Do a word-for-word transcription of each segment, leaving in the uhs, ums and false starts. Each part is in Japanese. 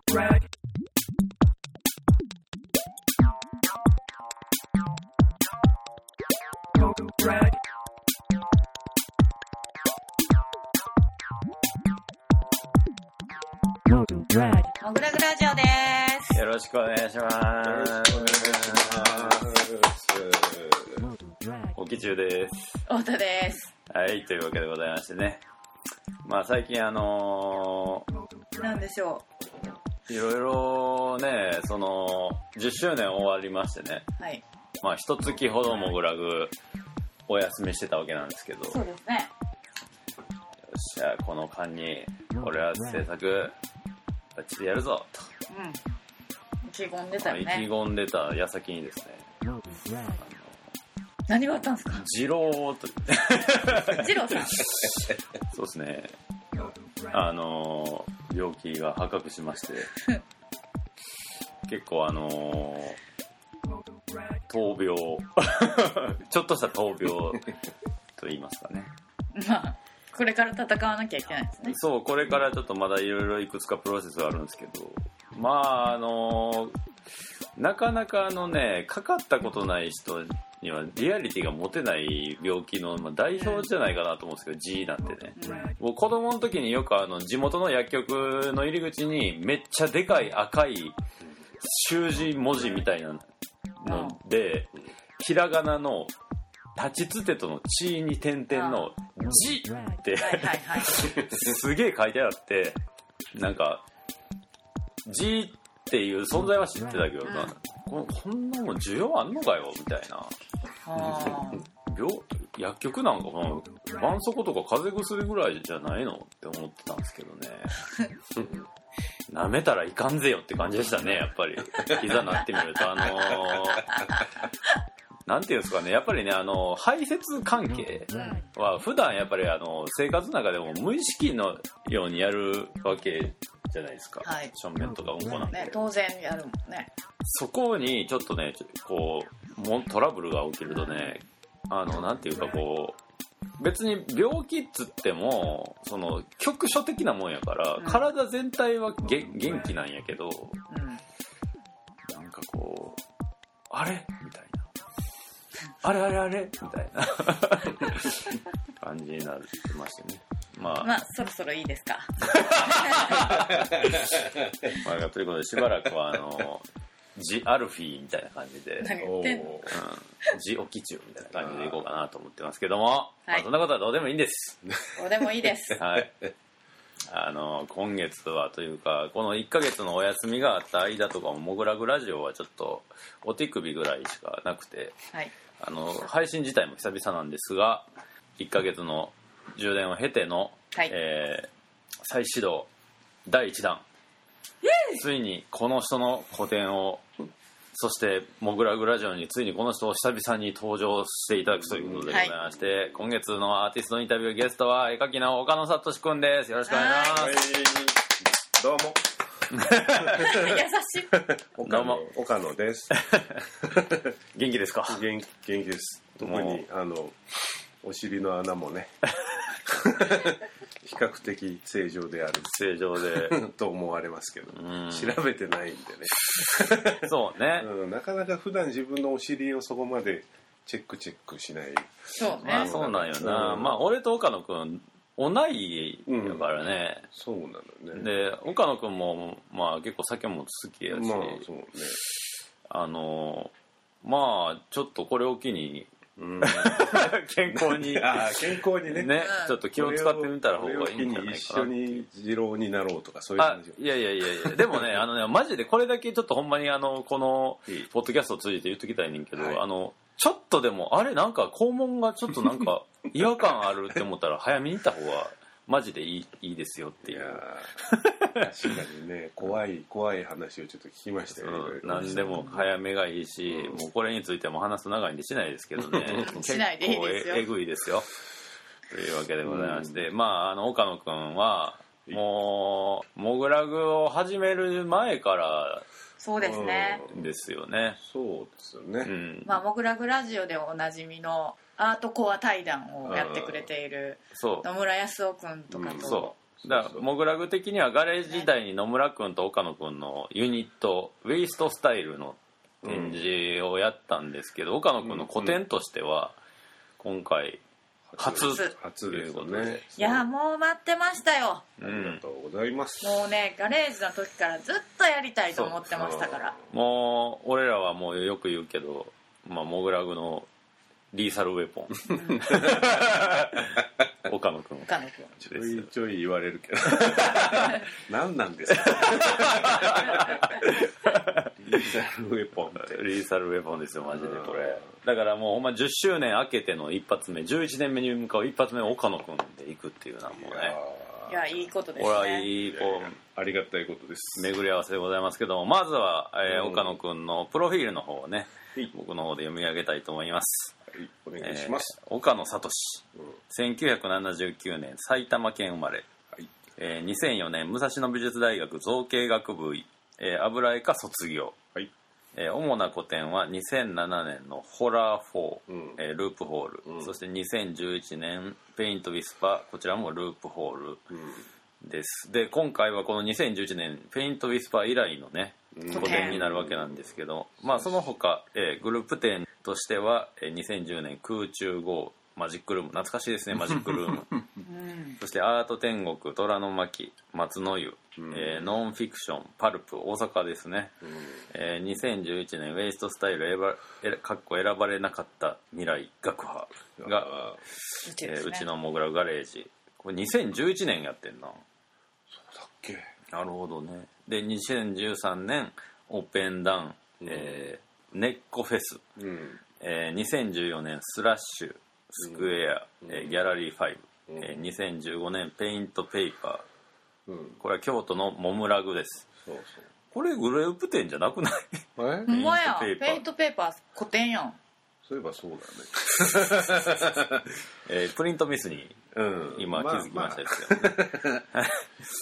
モグラグラジオです。 よろしくお願いします。おきちゅうです。 太田です。 はい、というわけでございましてね、まあ最近あのー、なんでしょう、いろいろね、そのじゅっしゅうねん終わりましてね、 はい、 まあ一月ほどモグラグお休みしてたわけなんですけど、 そうですね。 よっしゃ、この間に俺は制作バッチリやるぞと、 うん、意気込んでたよね。 意気込んでた矢先にですね、 何があったんですか？ ジローとジローさんそうですね、あの病気が発覚しまして結構あの闘病ちょっとした闘病と言いますかね。 まあこれから戦わなきゃいけないですね。そう、 これからちょっとまだいろいろいくつかプロセスがあるんですけど、まああのなかなかあのね、かかったことない人にはリアリティが持てない病気の代表じゃないかなと思うんですけど、 G なんてね、うん、もう子供の時によくあの地元の薬局の入り口にめっちゃでかい赤い習字文字みたいなので、ひらがなの立ちつてとの地に点々の字ってすげえ書いてあって、なんか字っていう存在は知ってたけどな、うん、こ, こんなもん需要あんのかよみたいな。病薬局なんか絆創膏とか風邪薬ぐらいじゃないのって思ってたんですけどね舐めたらいかんぜよって感じでしたね、やっぱりいざなってみると。あのーなんていうんですかね、やっぱりね、あの排泄関係は普段やっぱりあの生活の中でも無意識のようにやるわけじゃないですか、はい、正面とかうんこなんて、 ね、当然やるもんね。 そこにちょっとね、こうもトラブルが起きるとね、あのなんていうかこう、別に病気っつってもその局所的なもんやから、うん、体全体はげ元気なんやけど、うん、なんかこうあれみたいな、あれあれあれみたいな感じになってましてね。まあ、 まあ、そろそろいいですか。 まあ、ということでしばらくはあのジアルフィーみたいな感じで、 お、うん、 ジオキチュウみたいな感じでいこうかなと思ってますけども、はい、まあ、そんなことはどうでもいいんです。 どうでもいいです。 はい。あの今月はというかこのいっかげつのお休みがあった間とかもモグラグラジオはちょっとお手首ぐらいしかなくて、はい、あの配信自体も久々なんですが、いっかげつの充電を経ての、はい、えー、再始動だいいちだん、ついにこの人の個展を、そしてモグラグラジオについにこの人を久々に登場していただくということでございまして、はい、今月のアーティストインタビューゲストは絵描きの岡野聡くんです。よろしくお願いします。 どうも優しい。 どうも岡野です元気ですか？ 元気元気です。特にあのお尻の穴もね比較的正常である正常でと思われますけど、調べてないんでねそうね、 うん、なかなか普段自分のお尻をそこまでチェックチェックしない。 そうね、 まあ、そうなんよな、うん、まあ俺と岡野くん同いだからね、 うん、そうなのね。 で岡野くんもまあ結構酒も好きやし、 まあそうね、 あのまあちょっとこれを機にうん、健康にあ健康に ね, ね、ちょっと気を使ってみたら方がいいんじゃないかな。 一緒に二郎になろうとかそういう感じ。 いやいやいやいやでもねあのねマジでこれだけちょっとほんまにあのこのポッドキャストを通じて言っときたいねんけど、はい、あのちょっとでもあれなんか肛門がちょっとなんか違和感あるって思ったら早めに行った方がマジでいい、いいですよっていう。いや確かにね、怖い怖い話をちょっと聞きましたよね。 何でも早めがいいし、うん、もうこれについても話す長いんでしないですけどねしないでいいですよ。 えぐいですよというわけでございまして、うん、まああの岡野くんはもうモグラグを始める前からそうですねですよね。 そうですよね、うん、 まあモグラグラジオでおなじみのアートコア対談をやってくれている野村康夫くんとかと、うん、 そだからモグラグ的にはガレージ時代に野村君と岡野君のユニットウェイストスタイルの展示をやったんですけど、うん、岡野君の個展としては今回初初ということで、ね、 いやもう待ってましたよ、 ありがとうございます、 もうねガレージの時からずっとやりたいと思ってましたから。 もう俺らはもうよく言うけど、まあ、モグラグのリーサルウェポン岡野君岡野君ちょいちょい言われるけど何なんですかリーサルウェポンってリーサルウェポンですよマジでこれ。だからもうほんまじゅっしゅうねん明けての一発目じゅういちねんめに向かう一発目を岡野君で行くっていうのはもうね、 いやいいことですね。 これはいいこうありがたいことです。 巡り合わせでございますけども、まずは、えー、岡野君のプロフィールの方をね、うん、僕の方で読み上げたいと思います。 はい、お願いします。 えー、岡野聡、うん、せんきゅうひゃくななじゅうきゅうねん埼玉県生まれ、はい、えー、にせんよねん武蔵野美術大学造形学部、えー、油絵科卒業、はい、えー、主な個展はにせんななねんのホラーフォー、うん、えー、ループホール、うん、そしてにせんじゅういちねんペイントウィスパー、こちらもループホールです、うん、で今回はこのにせんじゅういちねんペイントウィスパー以来のね個展になるわけなんですけど、まあ、その他、えー、グループ展としては、えー、にせんじゅうねん空中号マジックルーム、懐かしいですねマジックルームそしてアート天国虎の巻松の湯、うん、えー、ノンフィクションパルプ大阪ですね、うん、えー、にせんじゅういちねんウェイストスタイル選ばかっこ選ばれなかった未来学派がうち、ね、えー、うちのモグラガレージ、これにせんじゅういちねんやってんな。 そうだっけ。 なるほどね。でにせんじゅうさんねんオーペンダウン、うん、えー、ネッコフェス、うん、えー、にせんじゅうよねんスラッシュスクエア、うん、えー、ギャラリーファイブ、うん、えー、にせんじゅうごねんペイントペーパー、うん、これは京都のモムラグです。そうそう、これグレープ店じゃなくない？ えほんまや、ペイントペーパー個展やん。 そういえばそうだね、 えー、プリントミスに、うん、今気づきましたですけど、ね、まあま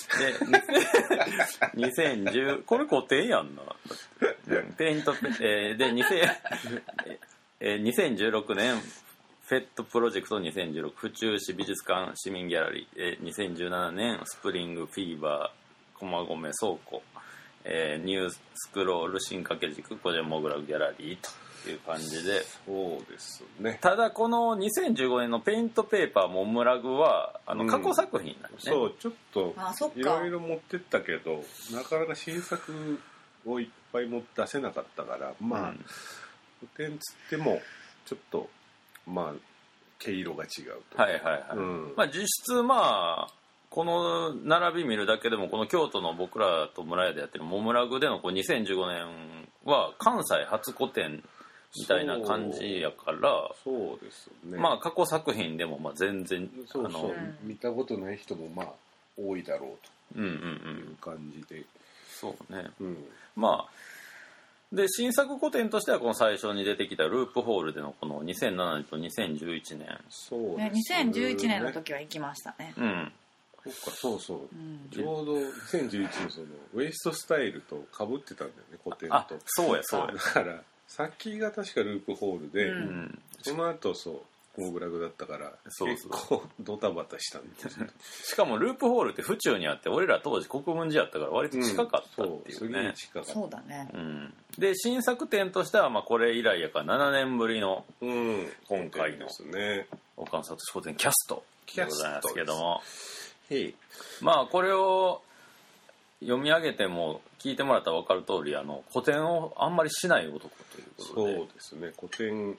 あ、でにせんじゅうこれ個展やんなペイント、えー、でにせん、えー、にせんじゅうろくねんフェットプロジェクトにせんじゅうろく府中市美術館市民ギャラリー、えー、にせんじゅうななねんスプリングフィーバー駒込倉庫、えー、ニュースクロール新掛け軸こちらモグラギャラリーという感じで、 そうですね。 ただこのにせんじゅうごねんのペイントペーパーモムラグはあの過去作品なんですね、 うん、そうちょっといろいろ持ってったけどなかなか新作をいっぱいも出せなかったからまあ、うん、古典つってもちょっとまあ毛色が違うと。 はいはいはい、うん、まあ実質まあこの並び見るだけでもこの京都の僕らと村屋でやってるモムラグでのこうにせんじゅうごねんは関西初個展みたいな感じやからそうですね。 まあ過去作品でもまあ全然そうそう、あの見たことない人もまあ多いだろうという感じで、 うんうんうん、そうね、うん、まあで新作個展としてはこの最初に出てきたループホールでのこのにせんななねんとにせんじゅういちねんそうですね、 にせんじゅういちねんの時は行きましたね。うん、 そっかそうそう、うん、ちょうどにせんじゅういちねんそのウェイストスタイルと被ってたんだよね個展と。 あそうやそうや。 だから先が確かループホールで、うん、その後そうモグラグだったからそうそう結構ドタバタしたんですよしかもループホールって府中にあって俺ら当時国分寺やったから割と近かったっていうね、うん、 そう、近かった。 そうだね、 うん、で新作展としてはまあこれ以来やからななねんぶりの、うん、今回の岡野聡個展キャストでございますけども、まあこれを読み上げても聞いてもらったら分かる通りあの個展をあんまりしない男ということで。 そうですね、個展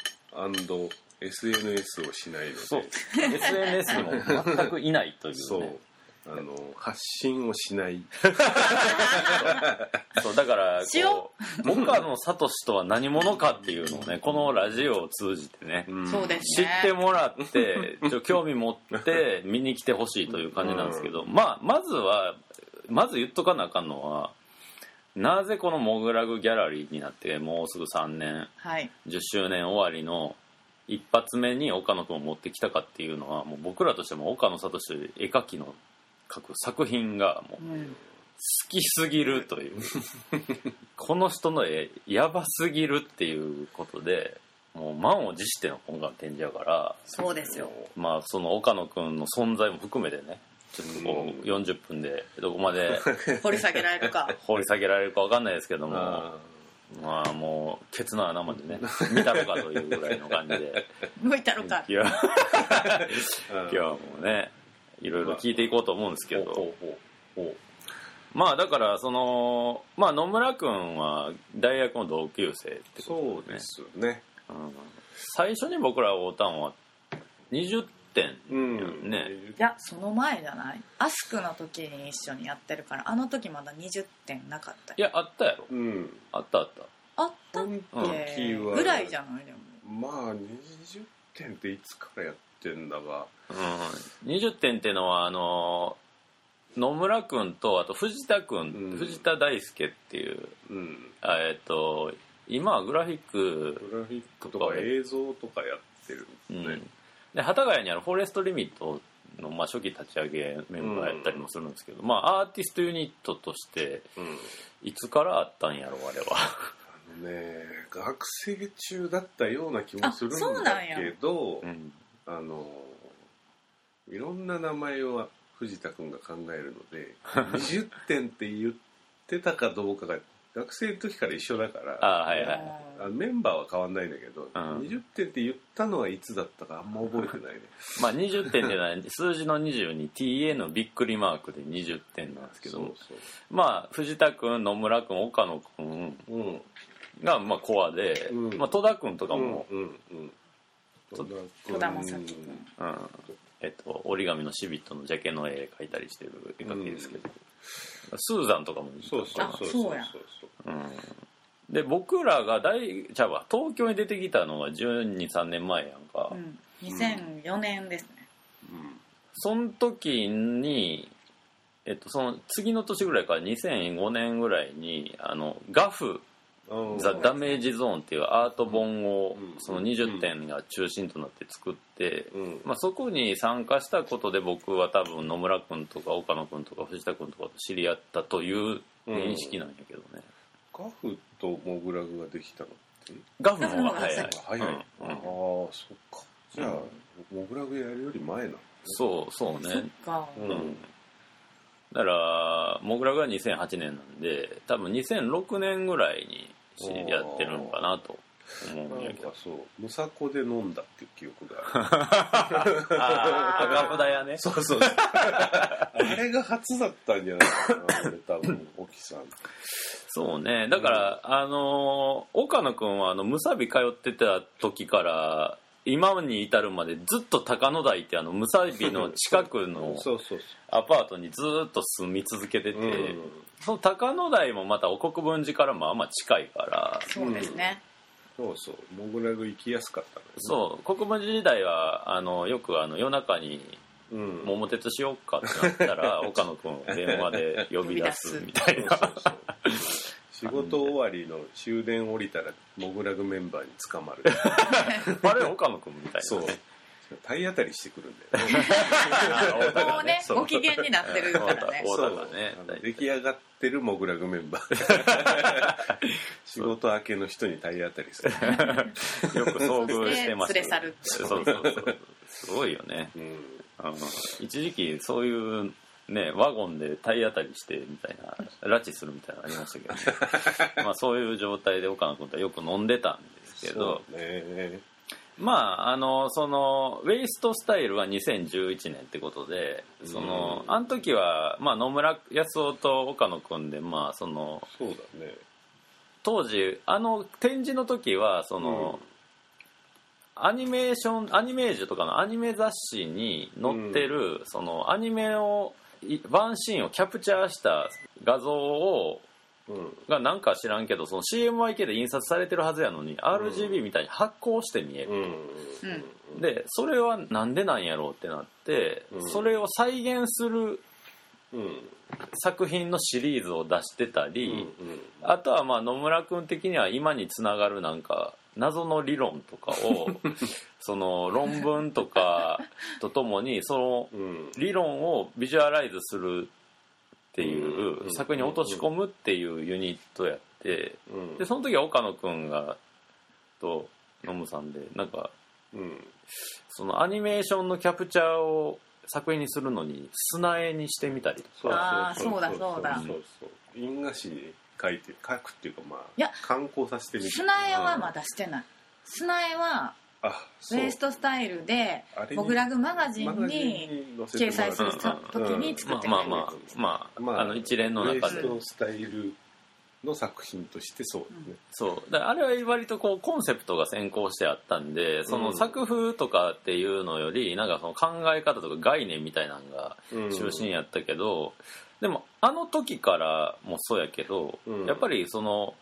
&エスエヌエス をしないので。 そう エスエヌエス にも全くいないというね。 そうあの発信をしないそうだからこう岡野聡とは何者かっていうのをねこのラジオを通じてね、うん、そうですね、知ってもらってちょ興味持って見に来てほしいという感じなんですけど、うん、まあまずはまず言っとかなあかんのはなぜこのモグラグギャラリーになってもうすぐさんねん、はい、じゅっしゅうねん終わりの一発目に岡野くんを持ってきたかっていうのはもう僕らとしても岡野聡という絵描きの描く作品がもう好きすぎるという、うん、この人の絵やばすぎるっていうことでもう満を持しての今回の展示やからそうですよ。 まあその岡野くんの存在も含めてねちょっとこうよんじゅっぷんでどこまで掘り下げられるか掘り下げられるか分かんないですけども、まあもうケツの穴までね見たのかというぐらいの感じで向いたのかいや今日はもうねいろいろ聞いていこうと思うんですけど、ほうほうほう、まあだからそのまあ野村君は大学の同級生ってことですね。 そうですね、 うん、最初に僕ら会うたんはにじゅってんやんね、 うん、いやその前じゃない、アスクの時に一緒にやってるから、あの時まだにじゅってんなかった。 いやあったやろ、 うん、あったあったあったっけ、うん、ぐらいじゃないでも。 まあにじゅってんっていつからやってんだが、 うん、にじゅってんっていうのはあの野村君とあと藤田君、うん、藤田大輔っていう、うん、えっと今はグラフィックグラフィックとか映像とかやってるんですね、うん、 で幡ヶ谷にあるフォレストリミットの、まあ、初期立ち上げメンバーやったりもするんですけど、うん、まあアーティストユニットとして、うん、いつからあったんやろあれはあのね学生中だったような気もするんだけど、うん、あのいろんな名前を藤田君が考えるのでにじゅってんって言ってたかどうかが学生の時から一緒だからあ、はいはい、 あメンバーは変わんないんだけど、うん、にじゅってんって言ったのはいつだったかあんま覚えてないねまあにじゅってんっていうのは数字のにじゅうに ティーエー のびっくりマークでにじゅってんなんですけど、そうそう、まあ藤田君野村君岡野君がまあコアで、うん、まあ、戸田君とかも、うんうんうん、 戸田正樹君、 うん、えっと、折り紙のシビットのジャケの絵描いたりしてる絵描きですけど、うん、スーザンとかもそうそうそうそうや、 うん、で僕らが大ちゃうわ東京に出てきたのがじゅうに、さんねんまえやんか、うん、 にせんよねんですね、 うん、その時に、えっと、その次の年ぐらいからにせんごねんぐらいにあのガフザ・ダメージゾーンっていうアート本をそのにじゅってんが中心となって作って、まあ、そこに参加したことで僕は多分野村君とか岡野君とか藤田君とかと知り合ったという認識なんやけどね、 うん、ガフとモグラグができたのってガフの方が早い早い、うんうん、ああそっかじゃあ、うん、モグラグやるより前なの、ね、 そうそうね、 そっか、 うんだからモグラグはにせんはちねんなんで多分にせんろくねんぐらいに知り合ってるのかなと思うんやけど、 そうムサコで飲んだっていう記憶があるあ赤札屋ねそうそうあれが初だったんじゃないかな俺多分沖さんそうねだから、うん、あの岡野くんはあのムサビ通ってた時から今に至るまでずっと高野台ってあのムサビの近くのアパートにずっと住み続けてて、うん、その高野台もまた国分寺からもあんま近いからそうですね、 うん、そうそうモグラグ行きやすかったの、ね、 そう国分寺時代はあのよくあの夜中に桃鉄しよっかってなったら岡野くんを電話で呼び出すみたいなそうそうそう仕事終わりの終電降りたらモグラグメンバーに捕まるあれ岡野くんみたいな、ね、 そう体当たりしてくるんだよねもうねご機嫌になってるからねそうだね出来上がってるモグラグメンバー仕事明けの人に体当たりするよく遭遇してます連れ去るそうそうそうすごいよね、うん、あの一時期そういうね、ワゴンで体当たりしてみたいな拉致するみたいなのありましたけど、ねまあ、そういう状態で岡野君とはよく飲んでたんですけど、 ね、 まああのそのウェイストスタイルはにせんじゅういちねんってことでその、うん、あの時は、まあ、野村康夫と岡野君で、まあ、そのそうだね当時あの展示の時はその、うん、アニメーションアニメージュとかのアニメ雑誌に載ってる、うん、そのアニメをワンシーンをキャプチャーした画像を、うん、がなんか知らんけどその シーエムワイケー で印刷されてるはずやのに、うん、アールジービー みたいに発光して見える、うん、でそれはなんでなんやろうってなって、うん、それを再現する、うん、作品のシリーズを出してたり、うんうん、あとはまあ野村君的には今につながるなんか謎の理論とかをその論文とかとともにその理論をビジュアライズするっていう作品に落とし込むっていうユニットやってでその時は岡野くんがとノムさんでなんかそのアニメーションのキャプチャーを作品にするのに砂絵にしてみたりとか。あそうだそうだ。 そうそう印画紙で描いて描くっていうかまあいや観光させてみて。 砂絵はまだしてない。砂絵はウエストスタイルでモグラグマガジンに掲載する時に作ってくれる。 まあまあまあ、まあ、あの一連の中でウエストスタイルの作品としてそうですね、うん、 そうだあれは割とこうコンセプトが先行してあったんでその作風とかっていうのよりなんかその考え方とか概念みたいなのが中心やったけど、うん、でもあの時からもそうやけど、うん、やっぱりその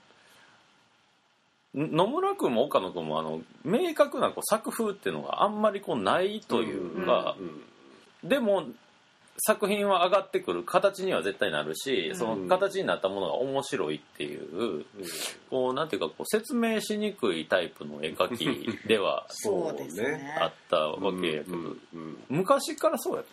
野村君も岡野君もあの明確なこう作風っていうのがあんまりこうないというか、うんうんうん、でも作品は上がってくる形には絶対なるし、うん、その形になったものが面白いっていう、うん、こうなんていうかこう説明しにくいタイプの絵描きではそうですねあったわけやけど、うんうんうん、昔からそうやった。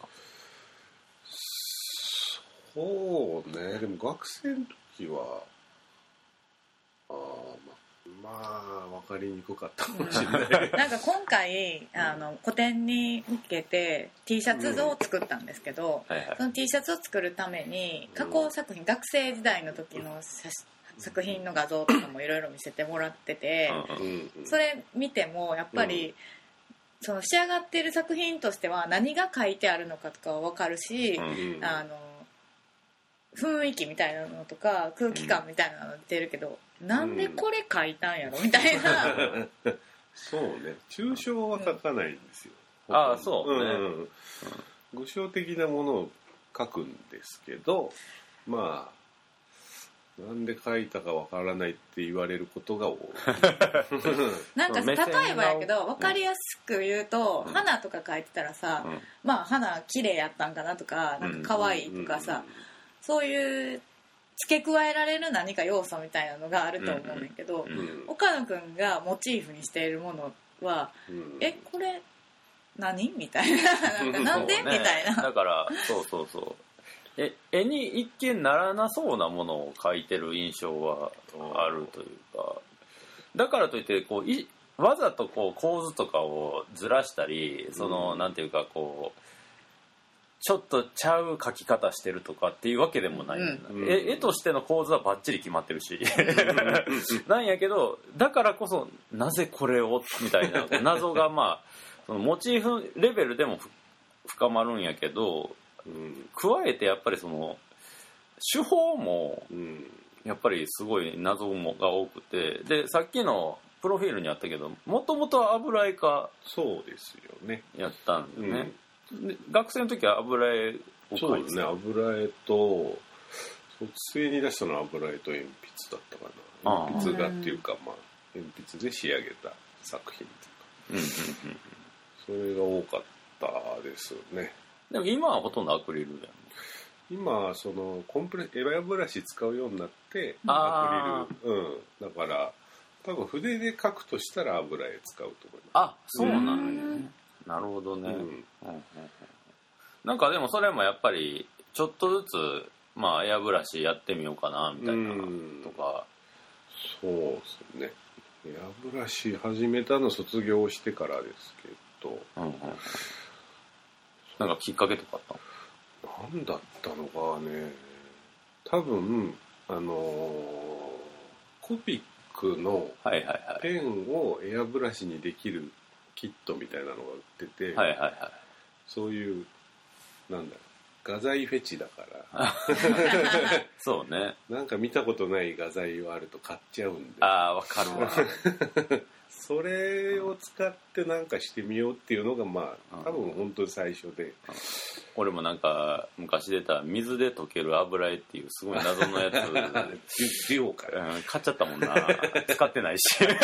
そうね。でも学生の時はあまあ分かりにくかったかもしれない、うん、 なんか今回あの個展に向けて T シャツを作ったんですけど、うんはいはい、その T シャツを作るために加工作品、うん、学生時代の時の作品の画像とかもいろいろ見せてもらってて、うん、それ見てもやっぱり、うん、その仕上がっている作品としては何が書いてあるのかとかは分かるし、うん、あの雰囲気みたいなのとか空気感みたいなの出てるけど、うん、なんでこれ書いたんやろみたいなそうね抽象は書かないんですよ、 うん、ああそうね、うんうん、具象的なものを書くんですけどまあなんで書いたかわからないって言われることが多いなんか例えばやけど分かりやすく言うと、うん、花とか書いてたらさ、うん、まあ花綺麗やったんかなとかなんか可愛いとかさ、うんうんうん、そういう付け加えられる何か要素みたいなのがあると思うんだけど、うんうん、岡野くんがモチーフにしているものは、うん、えこれ何みたいななんかなんで、ね、みたいなだからそうそうそうえ絵に一見ならなそうなものを描いてる印象はあるというかだからといってこういわざとこう構図とかをずらしたりその、うん、なんていうかこうちょっとちゃう描き方してるとかっていうわけでもない、うん、絵, 絵としての構図はバッチリ決まってるしなんやけどだからこそなぜこれをみたいな謎がまあそのモチーフレベルでも深まるんやけど、うん、加えてやっぱりその手法もやっぱりすごい謎もが多くてでさっきのプロフィールにあったけどもともとは油絵家そうですよねやったんだよね、うんで学生の時は油絵を描いてたそうですね油絵と卒生に出したのは油絵と鉛筆だったかな鉛筆画っていうかまあ鉛筆で仕上げた作品というか、うんうんうん、それが多かったですねでも今はほとんどアクリルだよね今そのコンプレエアブラシ使うようになってアクリル、うん、だから多分筆で描くとしたら油絵使うと思いますあそうなんだねなるほどね、うんうんうん、なんかでもそれもやっぱりちょっとずつまあエアブラシやってみようかなみたいなとかそうですねエアブラシ始めたの卒業してからですけど、うんうん、 なんかきっかけとかあったなんだったのかね多分あのー、コピックのペンをエアブラシにできるキットみたいなのが売ってて、 はいはいはい、 そういうなんだろう画材フェチだからそうねなんか見たことない画材があると買っちゃうんでああわかるわそれを使ってなんかしてみようっていうのがまあ多分本当に最初で俺もなんか昔出た水で溶ける油絵っていうすごい謎のやつデュオから、 うん、買っちゃったもんな使ってないし一回で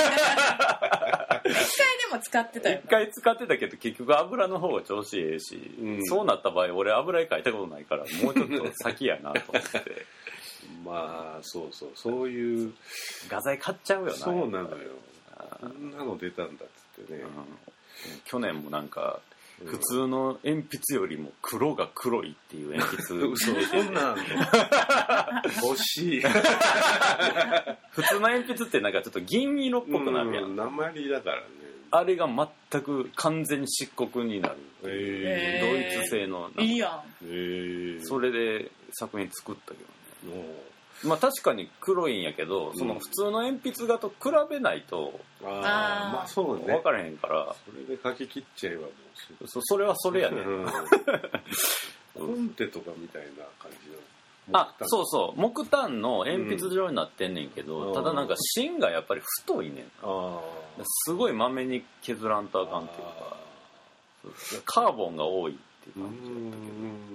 も使ってたよ一回使ってたけど結局油の方が調子ええし、うん、そうなった場合俺油絵描いたことないからもうちょっと先やなと思ってまあそうそうそういう画材買っちゃうよなそうなのよこんなの出たんだっつってね、うん、 去年もなんか普通の鉛筆よりも黒が黒いっていう鉛筆嘘そんなんの欲しい普通の鉛筆ってなんかちょっと銀色っぽくなるやん、 うん、鉛だからねあれが全く完全に漆黒になる、えー、ドイツ製のいいやん、 えー、 それで作品作ったけどね。まあ確かに黒いんやけど、うん、その普通の鉛筆画と比べないと、 ああまあそうね、 分からへんから、 それで書き切っちゃえばもうそ, それはそれやね、 うん、コンテとかみたいな感じのあそうそう木炭の鉛筆状になってんねんけど、うん、ただなんか芯がやっぱり太いねん。あすごいまめに削らんとあかんっていうか、カーボンが多いっていう感じだったけど、うん、うん、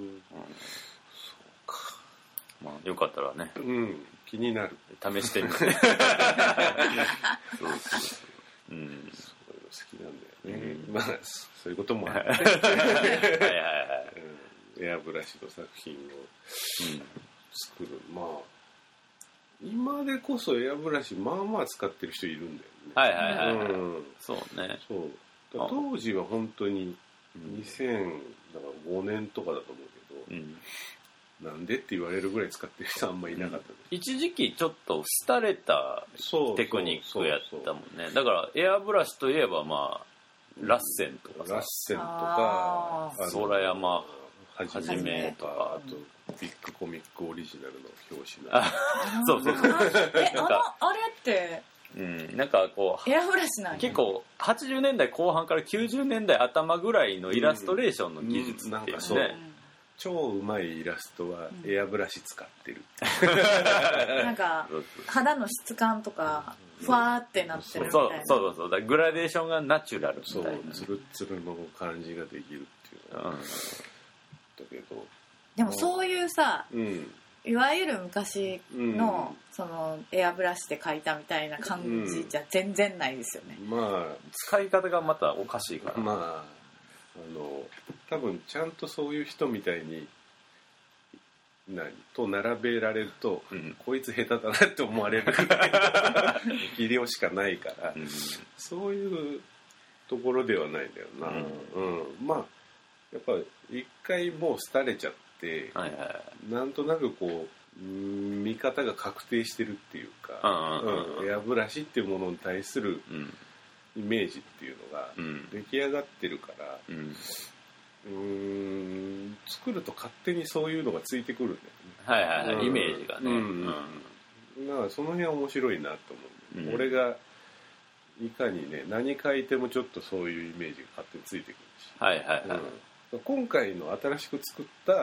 そうか、まあよかったらね、 うん、気になる、 試してみてそうそう、うん、 そういうの好きなんだよね、うん、まあそういうこともあってはいはいはい、うん、エアブラシの作品を、うん、作る、まあ今でこそエアブラシまあまあ使ってる人いるんだよね。 はいはいはい、はい、うん、そうね。 そう当時は本当ににせんごねんとかだと思うけど、うん、なんでって言われるぐらい使ってる人あんまりいなかったです、 うん、一時期ちょっと廃れたテクニックやったもんね。だからエアブラシといえばまあラッセンとかさ、 ラッセンとか空山はじめとか、あとビッグコミックオリジナルの表紙のそうそうそうえあのあれってうん、なんかこうエアブラシなんや結構はちじゅうねんだいこう半からきゅうじゅうねんだい頭ぐらいのイラストレーションの技術っていうね、うんうん、 超うまいイラストはエアブラシ使ってる、 うん、なんか肌の質感とかふわーってなってるみたいな、 そうそうそうだグラデーションがナチュラルみたいな、 そうツルツルの感じができるっていうのが、うん、だけどでもそういうさ、うんいわゆる昔の、うん、そのエアブラシで描いたみたいな感じじゃ全然ないですよね、 うん、まあ使い方がまたおかしいから、 まああの多分ちゃんとそういう人みたいに何と並べられると、うん、こいつ下手だなって思われる技量しかないから、うん、そういうところではないんだよな、うんうん、まあやっぱ一回もう廃れちゃってではいはい、なんとなくこう見方が確定してるっていうか、うん、エアブラシっていうものに対するイメージっていうのが出来上がってるから、うん、うーん作ると勝手にそういうのがついてくるんだよね、 はいはいはい、うん、イメージがね、うんうん、だからその辺は面白いなと思う、うん、俺がいかにね何書いてもちょっとそういうイメージが勝手についてくるし、 はいはいはい、うん今回の新しく作った、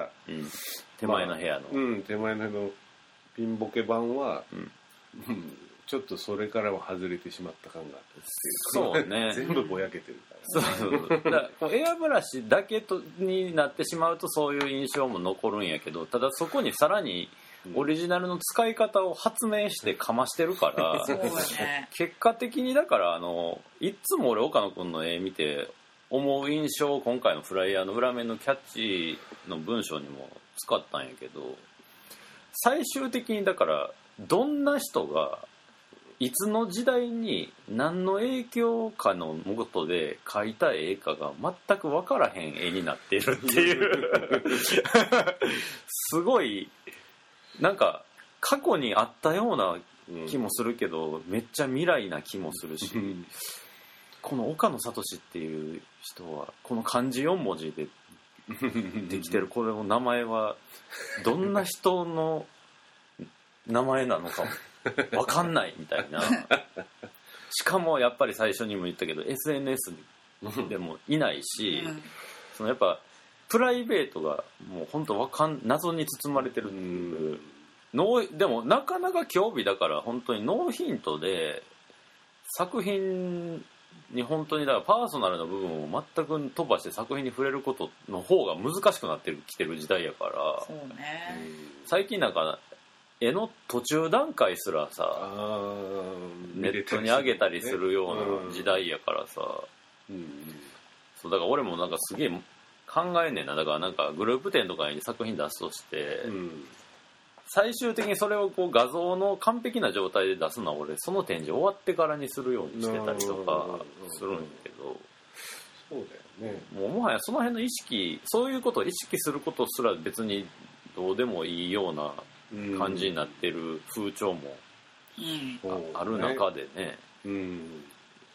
うん、手前の部屋の、 まあ、うん手前の部屋のピンボケ版は、うんうん、ちょっとそれからは外れてしまった感があったっていうそうね全部ぼやけてるから、 ね、 そうそうそうだからエアブラシだけとになってしまうとそういう印象も残るんやけどただそこにさらにオリジナルの使い方を発明してかましてるから、 うん、 結果的にだからあのいつも俺岡野くんの絵見て思う印象を今回のフライヤーの裏面のキャッチの文章にも使ったんやけど最終的にだからどんな人がいつの時代に何の影響かのもとで描いた絵かが全く分からへん絵になっているっていうすごいなんか過去にあったような気もするけど、うん、めっちゃ未来な気もするしこの岡野聡っていう人はこの漢字よん文字でできてるこれの名前はどんな人の名前なのか分かんないみたいなしかもやっぱり最初にも言ったけど エスエヌエス でもいないし、うん、そのやっぱプライベートがもう本当わかん謎に包まれてるっていうノーでもなかなか興味だから本当にノーヒントで作品に本当にだからパーソナルな部分を全く飛ばして作品に触れることの方が難しくなってきてる時代やからそうね最近なんか絵の途中段階すらさネットに上げたりするような時代やからさ、うんうん、そうだから俺もなんかすげえ考えんねんなだからなんかグループ展とかに作品出すとして、うん、最終的にそれをこう画像の完璧な状態で出すのは俺その展示終わってからにするようにしてたりとかするんだけどそうだよねもうもはやその辺の意識そういうことを意識することすら別にどうでもいいような感じになってる風潮もある中でね、 うん、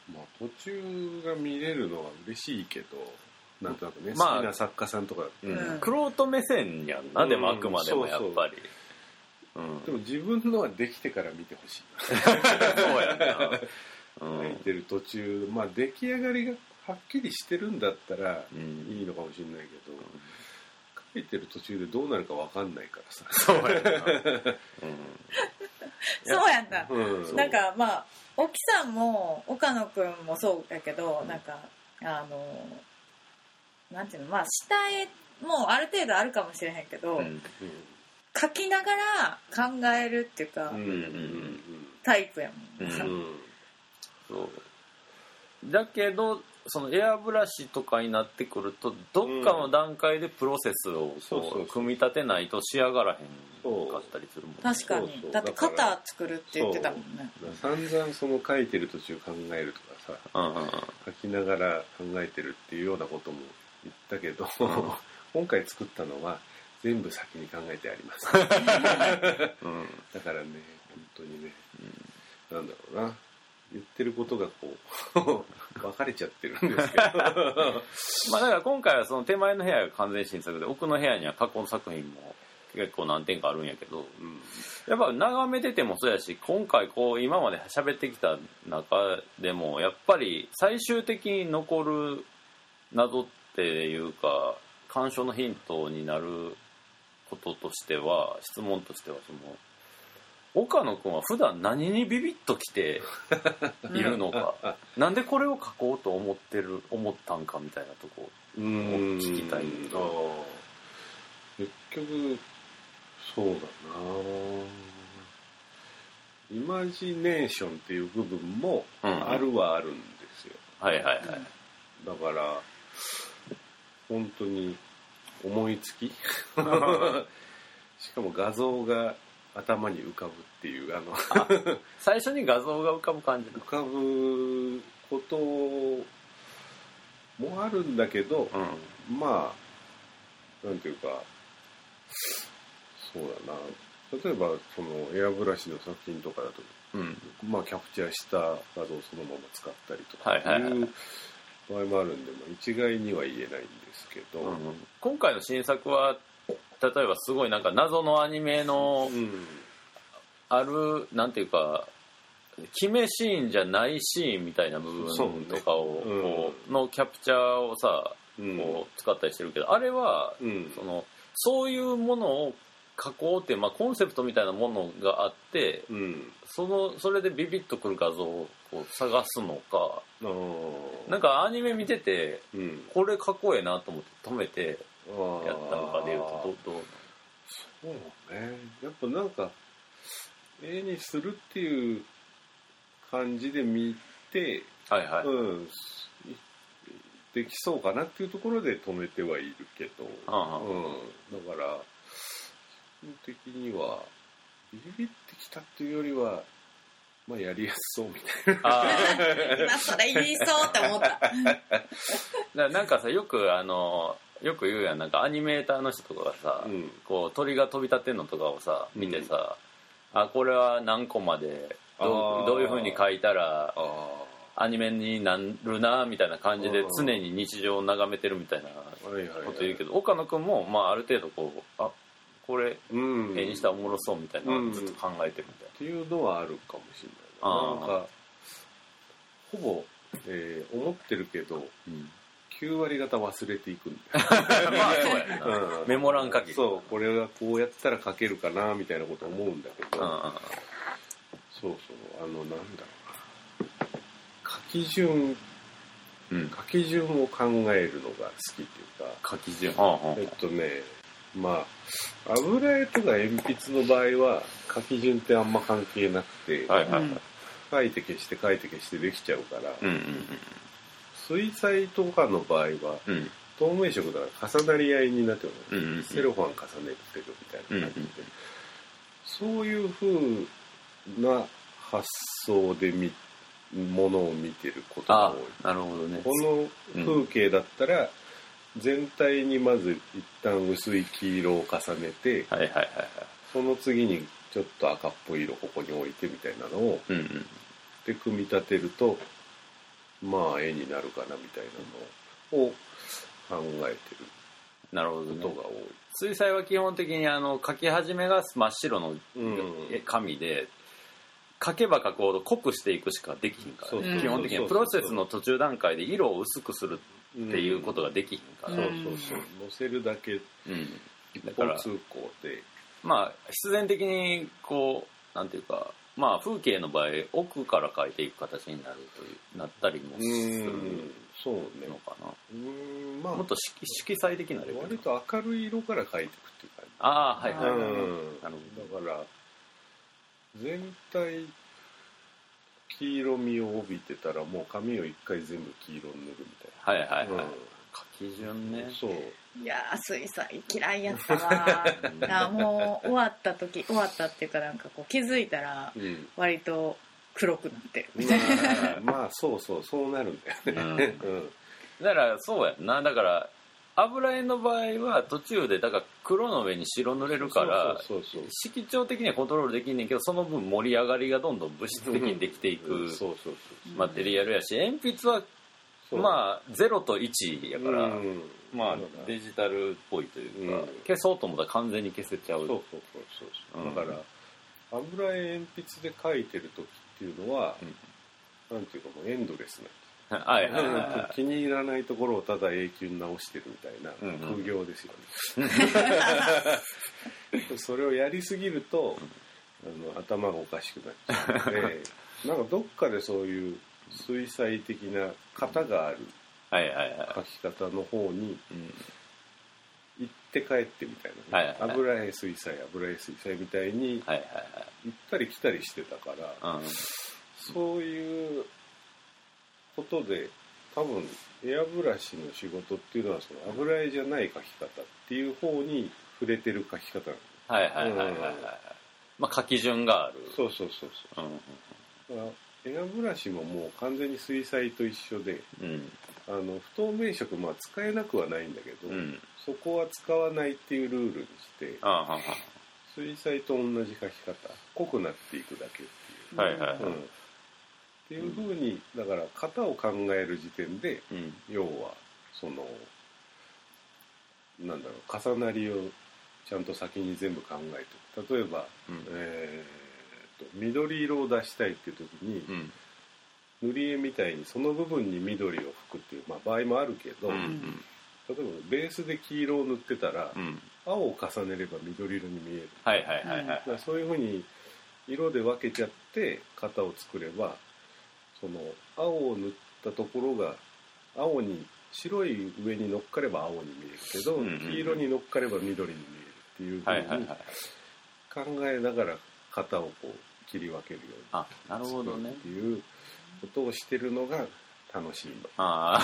まあ、途中が見れるのは嬉しいけどなんとなくね、まあ、好きな作家さんとか玄人、うん、目線やんな、うん、でもあくまでもやっぱりそうそう、うん、でも自分のはできてから見てほしいそうやな、 うん、書いてる途中まあ出来上がりがはっきりしてるんだったらいいのかもしれないけど、うん、書いてる途中でどうなるか分かんないからさそうやな、うん、 そうやんな、うん、なんかまあ沖さんも岡野くんもそうやけど、うん、なんかあのなんていうのまあ下絵もある程度あるかもしれへんけど、うんうん、書きながら考えるっていうか、うんうんうん、タイプやもん、うんうん、 そうだけどそのエアブラシとかになってくるとどっかの段階でプロセスをこう組み立てないと仕上がらへんかったりするもんね。 確かにそうそうだって型作るって言ってたもんね。 散々その書いてる途中考えるとかさ、うんうんうん、書きながら考えてるっていうようなことも言ったけど、うん、今回作ったのは全部先に考えてあります、うん、だからね本当にね、うん、なんだろうな言ってることがこう分かれちゃってるんですけどまあだから今回はその手前の部屋が完全新作で奥の部屋には過去の作品も結構何点かあるんやけど、うん、やっぱ眺めててもそうやし今回こう今まで喋ってきた中でもやっぱり最終的に残る謎っていうか鑑賞のヒントになることとしては質問としてはその岡野くんは普段何にビビッときているのかなんでこれを書こうと思ってる思ったんかみたいなとこを聞きたい。 結局そうだなイマジネーションっていう部分もあるはあるんですよ、 うんうん、はいはいはいだから本当に思いつきしかも画像が頭に浮かぶっていうあのあ最初に画像が浮かぶ感じ浮かぶこともあるんだけど、うん、まあなんていうかそうだな例えばそのエアブラシの作品とかだと、うん、まあキャプチャーした画像をそのまま使ったりとかいう場合もあるんで、まあ、一概には言えないんですけど、うん、 今回の新作は例えばすごいなんか謎のアニメのあるなんていうか決めシーンじゃないシーンみたいな部分とかをこうのキャプチャーをさこう使ったりしてるけどあれはそのそういうものを書こうってまあコンセプトみたいなものがあってそのそれでビビッとくる画像をこう探すのかなんかアニメ見ててこれかっこええなと思って止めてやったのかでいうとどうどうそうねやっぱなんか絵にするっていう感じで見て、 はいはいうん、できそうかなっていうところで止めてはいるけど、ああうん、だから基本的にはビビってきたっていうよりはまあやりやすそうみたいなあ今それ言いそうって思っただなんかさよくあのよく言うやんなんかアニメーターの人とかがさ、うん、こう鳥が飛び立ってんのとかをさ見てさ、うん、あこれは何個までど う, どういう風に書いたらアニメになるなみたいな感じで常に日常を眺めてるみたいなこと言うけど岡野くんも、まあ、ある程度こうあこれ絵にしたらおもろそうみたいなのをずっと考えてるみたいな、うん、 っていうのはあるかもしれないな。なんかほぼ、えー、思ってるけど、うんきゅう割方忘れていくんだよまあそうやな、うん、メモ欄書きそうこれがこうやったら書けるかなみたいなこと思うんだけど、うん、そうそうあのなんだろうな書き順、うん、書き順を考えるのが好きっていうか書き順えっとねまあ油絵とか鉛筆の場合は書き順ってあんま関係なくて、はいはいはい、書いて消して書いて消してできちゃうから、うんうんうん水彩とかの場合は、うん、透明色だから重なり合いになってます、うんうんうん、セロファン重ねてるみたいな感じで、うんうんうん、そういう風な発想で見ものを見てることが多い。 なるほどね。 この風景だったら、うん、全体にまず一旦薄い黄色を重ねて、はいはいはいはい、その次にちょっと赤っぽい色ここに置いてみたいなのを、うんうん、で組み立てるとまあ絵になるかなみたいなのを考えてるなるほど、ね、 ことが多い。 水彩は基本的にあの描き始めが真っ白の紙で、うん、描けば描くほど濃くしていくしかできひんから、ね、基本的にはプロセスの途中段階で色を薄くするっていうことができひんから、 うん、そうそうそう乗せるだけ、うん、一方通行でまあ必然的にこうなんていうかまあ風景の場合奥から描いていく形になるというなったりもするのかな。うん、まあ、もっと 色, 色彩的なレベル割と明るい色から描いていくっていう感じ。 ああはいはいはい、うん、なるほど。だから全体黄色みを帯びてたらもう紙を一回全部黄色に塗るみたいな。 はいはいはい、うん、書き順ね。 そういや水彩嫌いやったわいやもう終わった時終わったっていうかなんかこう気づいたら割と黒くなってるみたいな、 うん、まあそうそうそうなるんだよね、うんうん、 だからそうやんな。だから油絵の場合は途中でだから黒の上に白塗れるから色調的にはコントロールできんねんけどその分盛り上がりがどんどん物質的にできていくマテリアルやし鉛筆はまあゼロといちやから、うん、まあデジタルっぽいというか、うん、消そうと思ったら完全に消せちゃう。 そうそうそうそう、うん、だから油絵鉛筆で描いてる時っていうのは、うん、なんていうかもうエンドレスなんです。はいはいはいはい、気に入らないところをただ永久に直してるみたいな苦行ですよね、うんうん、それをやりすぎるとあの頭がおかしくなっちゃうのでなんかどっかでそういう水彩的な型がある描き方の方に行って帰ってみたいな、ね、はいはいはい、油絵水彩油絵水彩みたいに行ったり来たりしてたから、はいはいはい、そういうことで多分エアブラシの仕事っていうのはその油絵じゃない描き方っていう方に触れてる描き方なの。 はいはいはいはい、はい、うん、まあ書き順がある。 そうそうそうそう、うん、だからエアブラシももう完全に水彩と一緒で、うん、あの不透明色まあ使えなくはないんだけど、うん、そこは使わないっていうルールにしてあはは水彩と同じ描き方濃くなっていくだけっていう、はいはいはい、うん、っていう風にだから型を考える時点で、うん、要はそのなんだろう重なりをちゃんと先に全部考えて例えば、うん、えー緑色を出したいっていう時に、うん、塗り絵みたいにその部分に緑を吹くっていう、まあ、場合もあるけど、うんうん、例えばベースで黄色を塗ってたら、うん、青を重ねれば緑色に見える、はいはいはいはい、だからそういう風に色で分けちゃって型を作ればその青を塗ったところが青に白い上に乗っかれば青に見えるけど、うんうんうん、黄色に乗っかれば緑に見えるっていう風に考えながら型をこう切り分けるようになるほどねっていうことをしてるのが楽しい。 あ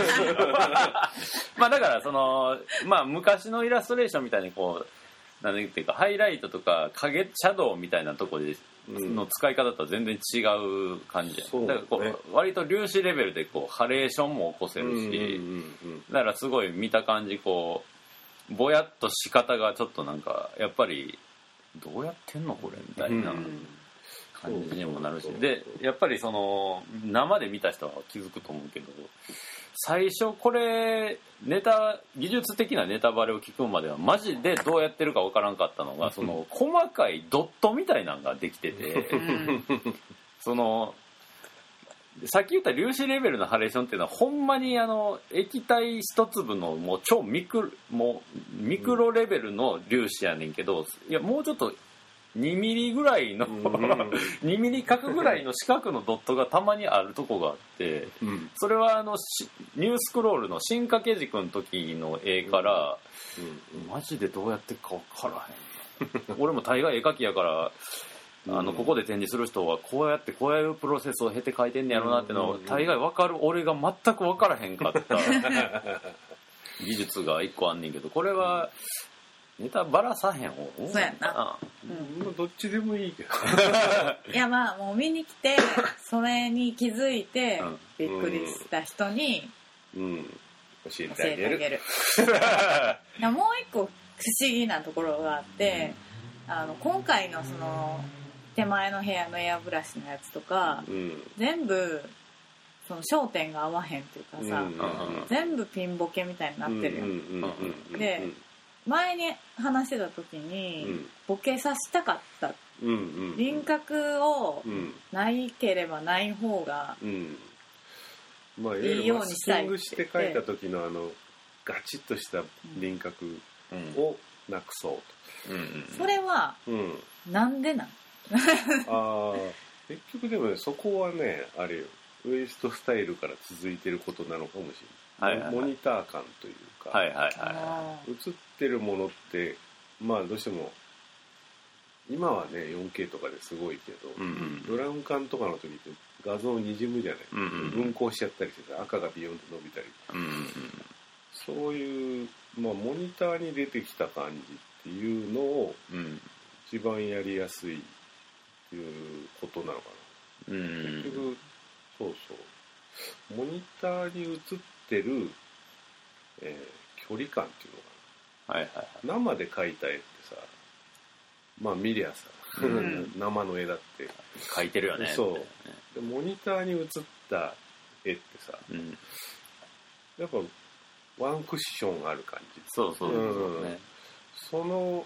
まあだからそのまあ昔のイラストレーションみたいにこう何ていうかハイライトとか影シャドウみたいなところでの使い方とは全然違う感じで、うん、だからこう、ね、割と粒子レベルでこうハレーションも起こせるし、うんうんうんうん、だからすごい見た感じこうぼやっと仕方がちょっとなんかやっぱりどうやってんのこれみたいな感じにもなるし、うん、でやっぱりその生で見た人は気づくと思うけど最初これネタ技術的なネタバレを聞くまではマジでどうやってるか分からんかったのがその細かいドットみたいなのができててそのさっき言った粒子レベルのハレーションっていうのはほんまにあの液体一粒のもう超ミクもうミクロレベルの粒子やねんけどいやもうちょっとにミリぐらいのにミリ角ぐらいの四角のドットがたまにあるとこがあってそれはあのニュースクロールの新掛け軸の時の絵からマジでどうやってか分からへん俺も大概絵描きやからあのここで展示する人はこうやってこういうプロセスを経て描いてんねやろなってのを大概分かる俺が全く分からへんかった技術が一個あんねんけどこれはネタバラさへん方そうやな、 うん、どっちでもいいけどいやまあもう見に来てそれに気づいてびっくりした人に、 うんうん、教えてあげる、 げるもう一個不思議なところがあって、うん、あの今回のその手前の部屋のエアブラシのやつとか、うん、全部その焦点が合わへんっていうかさ、うん、全部ピンボケみたいになってるよ、うん、で前に話してた時に、うん、ボケさせたかった、うんうん、輪郭をないければない方がいいようにしたいって言って、まあ、いわゆるマスキングして書いた時のあのガチッとした輪郭をなくそうと、うんうん、 それは、うん、なんでなんあ結局でもねそこはねあれよウエストスタイルから続いてることなのかもしれない、はいはいはい、モニター感というか、はいはいはい、映ってるものってまあどうしても今はね よんケー とかですごいけど、うんうん、ブラウン管とかの時って画像にじむじゃない、うんうん、分光しちゃったりして赤がビヨンと伸びたり、うんうん、そういう、まあ、モニターに出てきた感じっていうのを一番やりやすいっていうことなのかな、うん、結局そうそうモニターに映ってる、えー、距離感っていうのかな、はいはいはい、生で描いた絵ってさまあ見りゃさ、うん、生の絵だって描いてるよね。 そうでモニターに映った絵ってさ、うん、やっぱワンクッションある感じ。 そうそうそうそうね、 その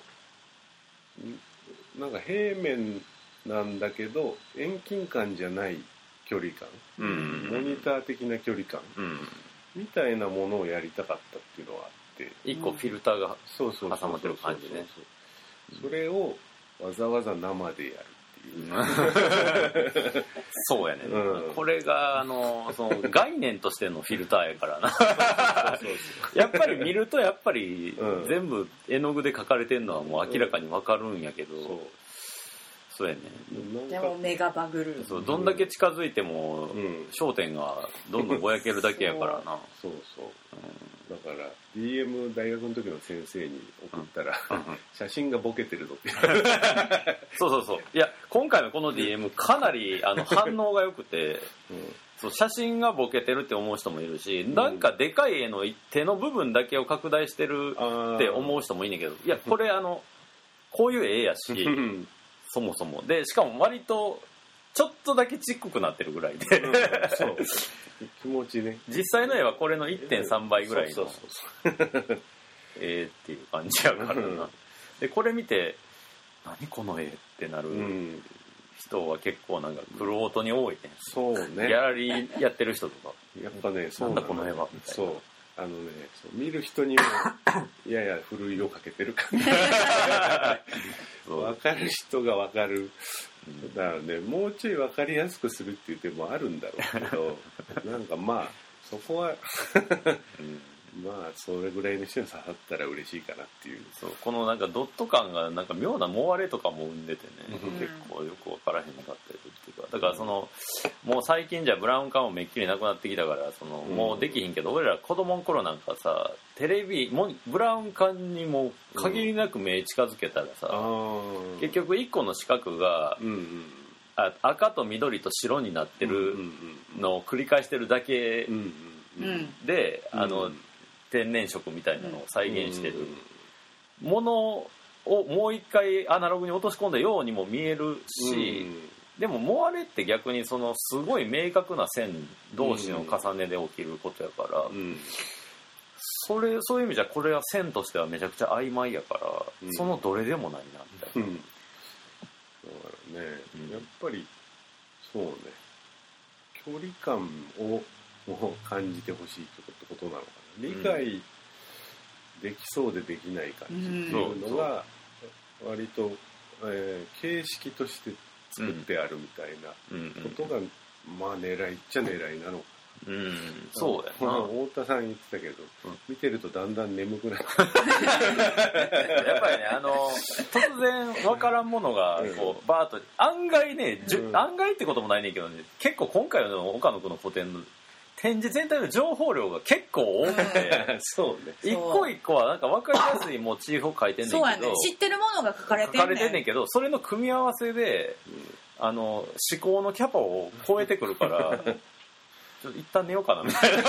なんか平面なんだけど遠近感じゃない距離感、うんうんうん、モニター的な距離感、うん、みたいなものをやりたかったっていうのがあって一個フィルターが挟まってる感じね。 それをわざわざ生でやるっていうそうやね、うん、これがあのその概念としてのフィルターやからなやっぱり見るとやっぱり全部絵の具で描かれてるのはもう明らかに分かるんやけど、うん、そうそうやね。 でも目がバグる。 そうどんだけ近づいても、うん、焦点がどんどんぼやけるだけやからなそうそう、うん、だから ディーエム 大学の時の先生に送ったら、うん、写真がボケてるぞってそうそうそういや今回のこの ディーエム かなりあの反応が良くて、うん、そう写真がボケてるって思う人もいるし、うん、なんかでかい絵の手の部分だけを拡大してるって思う人もいいねんけどいやこれあのこういう絵やしそもそもでしかも割とちょっとだけちっこくなってるぐらいで、うん、 そう気持ちね実際の絵はこれの いってんさん 倍ぐらいの絵っていう感じやからな、うん、でこれ見て何この絵ってなる人は結構なんか玄人に多いね、 そうねギャラリーやってる人とかやっぱねそうなんだこの絵はみたいなそうあのねそう見る人にもやや古い色かけてる感じ分かる人が分かるだからねもうちょい分かりやすくするっていう手もあるんだろうけどなんかまあそこは、うん、まあそれぐらいの人に刺さったら嬉しいかなっていうそうこのなんかドット感がなんか妙なもわれとかも生んでてね、うん、結構よく分からへんかったりっていうかだからそのもう最近じゃブラウン管もめっきりなくなってきたからその、うん、もうできひんけど俺ら子供の頃なんかさテレビもブラウン管にも限りなく目近づけたらさ、うん、結局いっこの四角が、うんうん、あ赤と緑と白になってるのを繰り返してるだけで、うんうん、あの、うん、天然色みたいなのを再現してるものをもう一回アナログに落とし込んだようにも見えるし、うんでもモアレって逆にそのすごい明確な線同士の重ねで起きることやから、うん、それそういう意味じゃこれは線としてはめちゃくちゃ曖昧やから、うん、そのどれでもないなみたいな、うん、だからね、うん、やっぱりそうね距離感をを感じてほしいってことなのかな理解できそうでできない感じっていうのが割と、えー、形式として作ってあるみたいなことが、うんうん、まあ狙いっちゃ狙いなのかうん、そうやな太田さん言ってたけど、うん、見てるとだんだん眠くなるやっぱりねあの突然分からんものがこう、うん、バーッと案外ね、うん、案外ってこともないねんけどね結構今回の岡野君の個展の展示全体の情報量が結構多くてそうね一個一個はなんか分かりやすいモチーフを書いてんねんけどそうやね知ってるものが書かれてんねん書かれてんねんけどそれの組み合わせで、うん、あの思考のキャパを超えてくるからちょっと一旦寝ようかなみたいな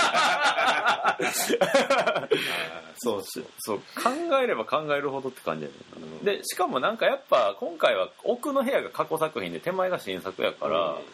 そうそうそう考えれば考えるほどって感じやね、うん、でしかもなんかやっぱ今回は奥の部屋が過去作品で手前が新作やから、うん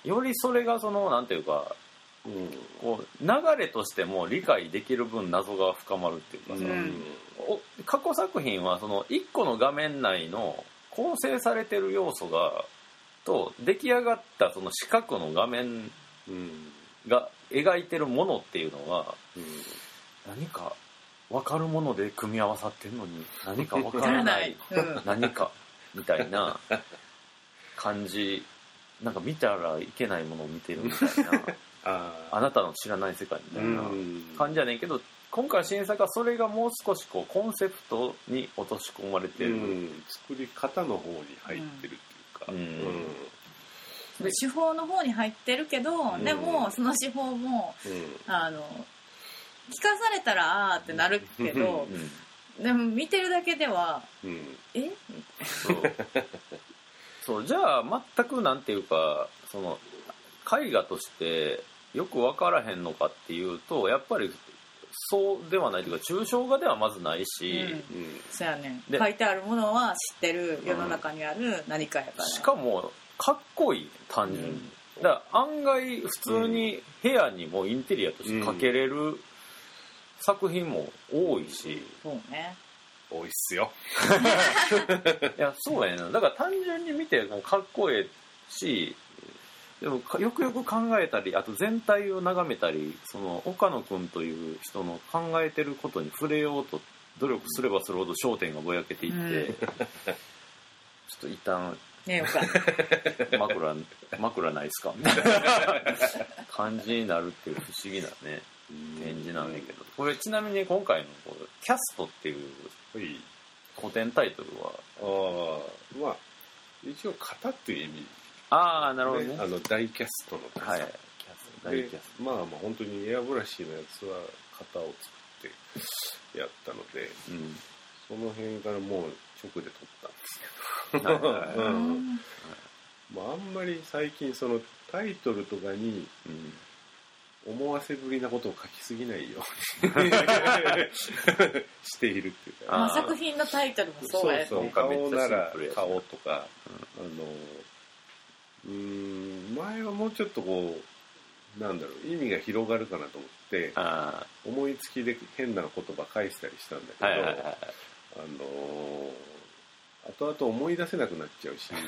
よりそれがそのなんていうか、うん、こう流れとしても理解できる分謎が深まるっていうかさ、うん、過去作品はそのいっこの画面内の構成されてる要素がと出来上がったその四角の画面が描いてるものっていうのが、うん、何か分かるもので組み合わさってるのに何か分からない何かみたいな感じ、なんか見たらいけないものを見てるみたいなあ, あなたの知らない世界みたいな感じじゃねえけど、今回新作はそれがもう少しこうコンセプトに落とし込まれてる、うん、 作り方の方に入ってるっていうか、うんうんで手法の方に入ってるけど、うん、でもその手法も、うん、あの聞かされたらあーってなるけど、うん、でも見てるだけでは、うん、えそうそうじゃあ全くなんていうかその絵画としてよく分からへんのかっていうとやっぱりそうではないというか抽象画ではまずないし、うんうん、 そうやね書いてあるものは知ってる世の中にある何かやから、 うん、しかもかっこいい単純に、うん、だから案外普通に部屋にもインテリアとしてかけれる作品も多いし、 うん、そうね多いっすよいやそうやねだから単純に見てもかっこいいしでもよくよく考えたりあと全体を眺めたりその岡野くんという人の考えてることに触れようと努力すればするほど焦点がぼやけていって、うん、ちょっと一旦ねよか枕枕ないっすかみたいな感じになるっていう不思議なね展示なんだけどこれちなみに今回のこうキャストっていう古典タイトルはあまあ一応型っていう意味ああなるほどね、 ねあの大キャストのはいキャスト大キャストまあまあ本当にエアブラシのやつは型を作ってやったので、うん、その辺からもう直で撮ったんですけど、はいはいはいうんまあ、あんまり最近そのタイトルとかに、うん、思わせぶりなことを書きすぎないようにしているっていうか、 まあ、作品のタイトルもそうやねそうそう顔なら顔とか、うん、あのうーん前はもうちょっとこうなんだろう意味が広がるかなと思ってあ思いつきで変な言葉返したりしたんだけど、はいはいはい、あのー、後々思い出せなくなっちゃうし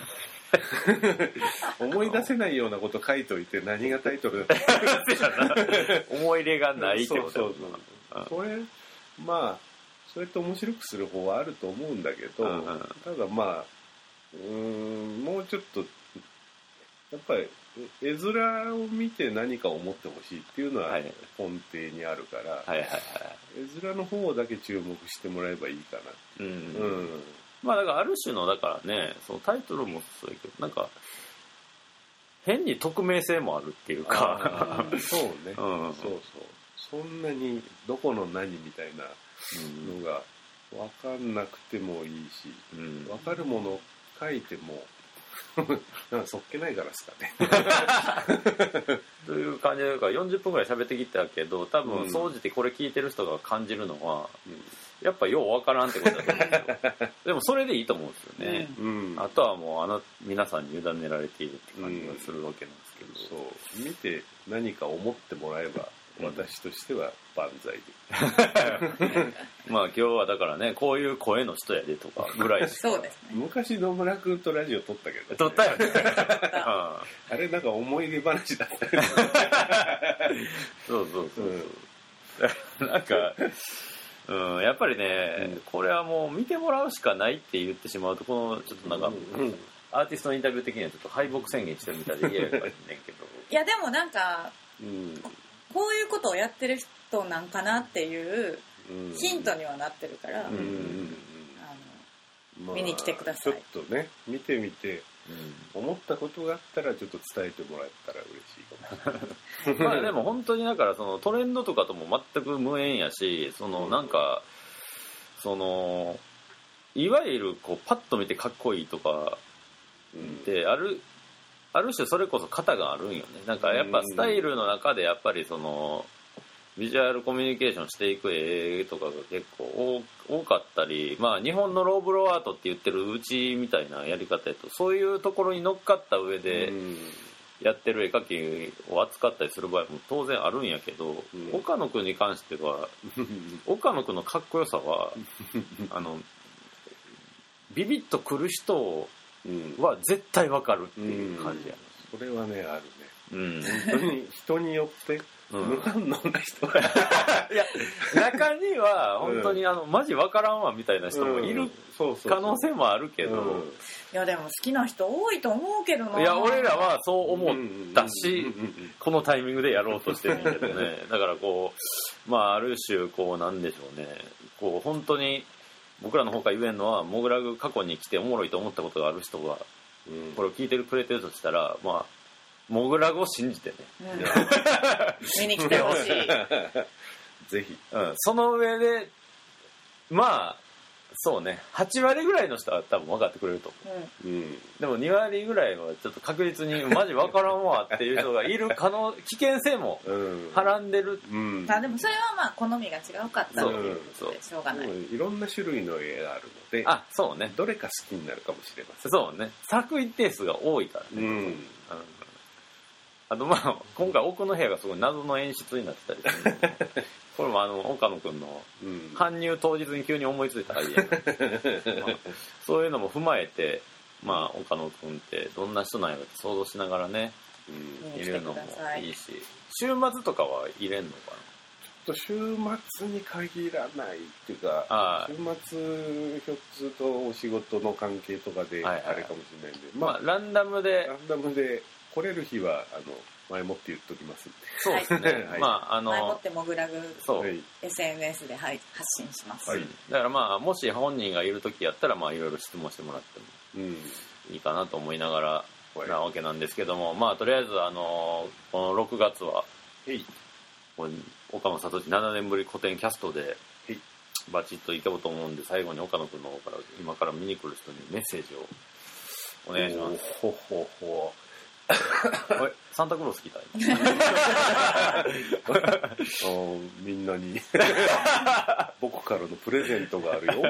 思い出せないようなこと書いといて何がタイトルだった思い入れがないってことだそうそうそうそれまあそうやって面白くする方はあると思うんだけど、うんうん、ただまあうーんもうちょっとやっぱり絵面を見て何か思ってほしいっていうのは根底にあるから、はいはいはい、絵面の方だけ注目してもらえばいいかな、うんうん、 まあだからある種のだからねそのタイトルもそうやけどなんか変に匿名性もあるっていうかそうね、うん、そうそうそんなにどこの何みたいなのが分かんなくてもいいし、うん、分かるもの書いてもなんかそっけないからですかねという感じでよんじゅっぷんぐらい喋ってきたけど多分総じてこれ聞いてる人が感じるのは、うん、やっぱようわからんってことだと思うんですよでもそれでいいと思うんですよね、うん、あとはもうあの皆さんに委ねられているって感じがするわけなんですけど、 うん、そう見て何か思ってもらえば私としては万歳でまあ今日はだからねこういう声の人やでとかぐらいしかそうですね昔野村くんとラジオ撮ったけど、ね、 撮ったよねあれなんか思い出話だったよねそうそうそうそう、うん、なんか、うん、やっぱりね、うん、これはもう見てもらうしかないって言ってしまうとこのちょっとなんか、うんうん、アーティストのインタビュー的にはちょっと敗北宣言してるみたいで嫌やからねんけどいやでもなんか、うんこういうことをやってる人なんかなっていうヒントにはなってるから、うんうん、あの見に来てください、 まあ、ちょっとね見てみて、うん、思ったことがあったらちょっと伝えてもらったら嬉しいかもまあでも本当にだからそのトレンドとかとも全く無縁やしそのなんかそのいわゆるこうパッと見てかっこいいとかってあるある種それこそ型があるんよねなんかやっぱスタイルの中でやっぱりそのビジュアルコミュニケーションしていく絵とかが結構多かったりまあ日本のローブローアートって言ってるうちみたいなやり方やとそういうところに乗っかった上でやってる絵描きを扱ったりする場合も当然あるんやけど、うん、岡野くんに関しては岡野くんのかっこよさはあのビビッとくる人は絶対わかるっていう感じや、 うん、それはねあるね、 うん、 本当に人によって無反応な人がいや中には本当にあの、うん、マジわからんわみたいな人もいる可能性もあるけど、うん、 いやでも好きな人多いと思うけどな。 いや俺らはそう思ったし、このタイミングでやろうとしてるんだけどねだからこうまあある種こうなんでしょうね、こう本当に僕らの方から言えるのはモグラグ過去に来ておもろいと思ったことがある人が、うん、これを聞いてくれてるとしたらまあモグラグを信じてね、うん、 見に来てほしいぜひ、 うん、その上でまあそうねはち割ぐらいの人は多分分かってくれると思う、うんうん、でもに割ぐらいはちょっと確実にマジ分からんわっていう人がいる可能危険性もはらんでる、 うんうん、あでもそれはまあ好みが違うかったっていうことでしょうがない、 うん、いろんな種類の絵があるのであそうねどれか好きになるかもしれません。 そうね作一定数が多いからね、うんあとまあ今回奥の部屋がすごい謎の演出になってたりするこれもあの岡野くんの搬入当日に急に思いついたアイデア、まあ、そういうのも踏まえてまあ岡野くんってどんな人なんやろって想像しながらね、うん、入れるのもいいし週末とかは入れんのかな。 ちょっと週末に限らないっていうかあ週末ひょっとするとお仕事の関係とかであれかもしれないんで、 はいはい、まあ、まあ、ランダムでランダムで来れる日はあの前もって言っときますんで。 そうですね。はい、まああの前もってモグラグそう エスエヌエス で、はい、発信します。 はい、だからまあもし本人がいる時やったらまあいろいろ質問してもらってもいいかなと思いながらなわけなんですけども、まあとりあえずあのこのろくがつは岡野聡ななねんぶり古典キャストでバチッといけようと思うんで、最後に岡野くんの方から今から見に来る人にメッセージをお願いします。 ほほほサンタクロース来たみんなに僕からのプレゼントがあるよ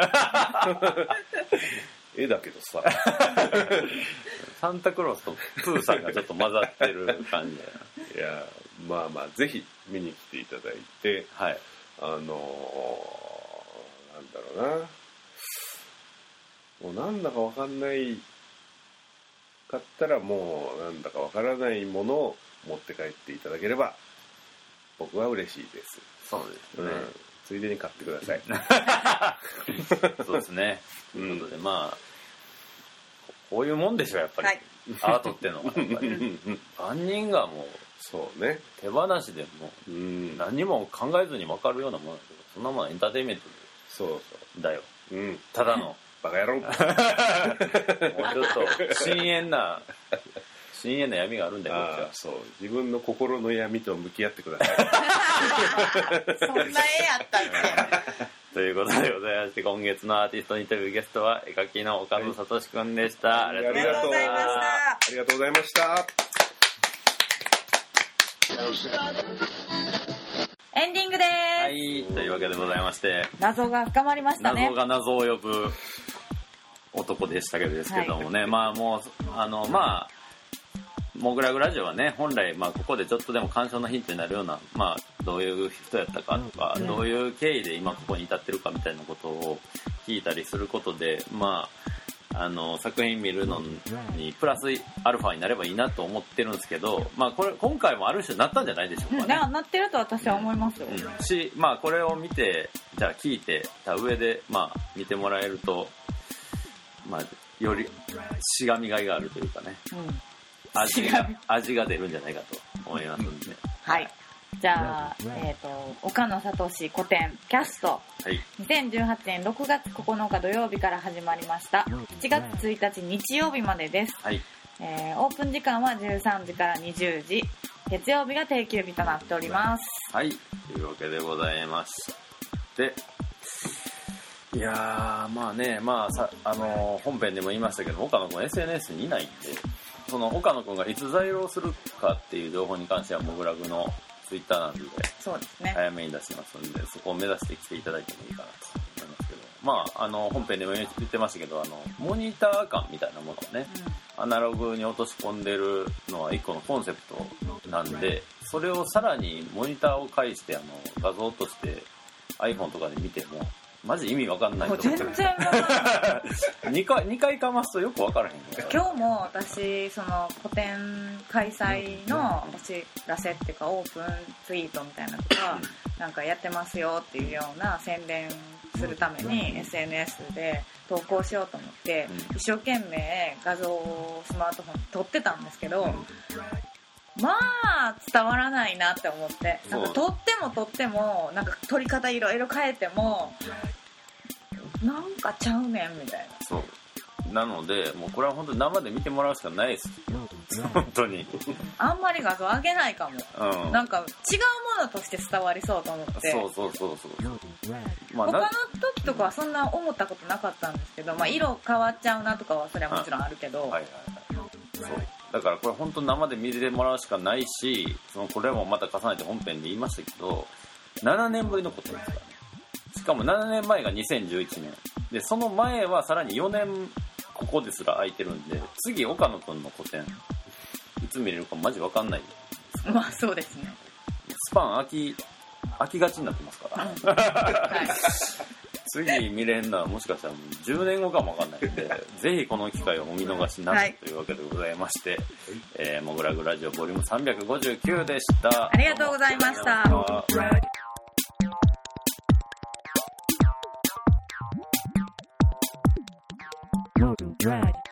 絵だけどさサンタクロースとプーさんがちょっと混ざってる感じだよ。 いやまあまあぜひ見に来ていただいて、 はい、 あのー、なんだろうなもうなんだかわかんないかったらもうなんだかわからないものを持って帰っていただければ僕は嬉しいです。 そうですね、うん、 ついでに買ってくださいそうですね、ということでまあこういうもんでしょやっぱり、はい、アートってのはやっぱり万人がもうそうね手放しでも何も考えずに分かるようなものだけど、そんなものはエンターテインメントそうそうだよ、 うん、 ただのバカ野郎もうちょっと深淵な深淵な闇があるんだよ。 あそう自分の心の闇と向き合ってくださいそんな絵やったっけということでございまして、今月のアーティストインタビューゲストは絵描きの岡野聡くんでした、 はい、ありがとうございました。ありがとうございました。 エンディングです。 はい、というわけでございまして、 謎が深まりましたね。 謎が謎を呼ぶ男でしたけどですけどもね、はい、まあもうあのまあモグラグラジオはね本来まあここでちょっとでも鑑賞のヒントになるようなまあどういう人やったかとか、うん、どういう経緯で今ここに至ってるかみたいなことを聞いたりすることでまああの作品見るのにプラスアルファになればいいなと思ってるんですけど、まあこれ今回もある種なったんじゃないでしょうかね。 うん、なってると私は思いますよ、 うん、しまあこれを見てじゃあ聞いてた上でまあ見てもらえるとまあよりしがみがいがあるというかね、うん、味が味が出るんじゃないかと思いますんで、 はい、じゃあ、えーと、岡野聡古典キャスト、はい、にせんじゅうはちねんろくがつここのか土曜日から始まりました。しちがつついたち日曜日までです、 はいえー、オープン時間はじゅうさんじからにじゅうじ、月曜日が定休日となっております。 はい、というわけでございまして、いやーまあねまあさあのー、本編でも言いましたけど岡野くん エスエヌエス にいないんで、その岡野くんがいつ在庫するかっていう情報に関してはモグラグのツイッターなんで、 そうですね、 早めに出しますんでそこを目指してきていただいてもいいかなと思いますけど、まああの本編でも言ってましたけどあのモニター感みたいなものをね、 アナログに落とし込んでるのはいっこのコンセプトなんで、それをさらにモニターを介してあの画像として iPhone とかで見てもマジ意味わかんないと思う。 全然わかんないにかいにかいかますとよくわからへん。 今日も私その個展開催のお知らせっていうかオープンツイートみたいなのとかなんかやってますよっていうような宣伝するために エスエヌエス で投稿しようと思って一生懸命画像をスマートフォンに撮ってたんですけど、まあ伝わらないなって思って、なんか撮っても撮ってもなんか撮り方いろいろ変えてもなんかちゃうねんみたいな。 そうなのでもうこれは本当に生で見てもらうしかないです。本当にあんまり画像上げないかも、うん、なんか違うものとして伝わりそうと思って。 そうそうそうそう、 まあ、他の時とかはそんな思ったことなかったんですけど、まあ、色変わっちゃうなとかはそれはもちろんあるけど、はいはいはい、 そうだからこれ本当生で見てもらうしかないし、そのこれもまた重ねて本編で言いましたけどななねんぶりのことですからね。しかもななねんまえがにせんじゅういちねんで、その前はさらによねんここですら空いてるんで、次岡野くんの個展いつ見れるかマジ分かんない。 まあそうですね、 スパン空き空きがちになってますから、うんはい、次見れんのはもしかしたらもうじゅうねんごかも分かんないんでぜひこの機会をお見逃しなしというわけでございまして、はいえー、モグラグラジオボリュームさんびゃくごじゅうきゅうでした。 ありがとうございました。Drag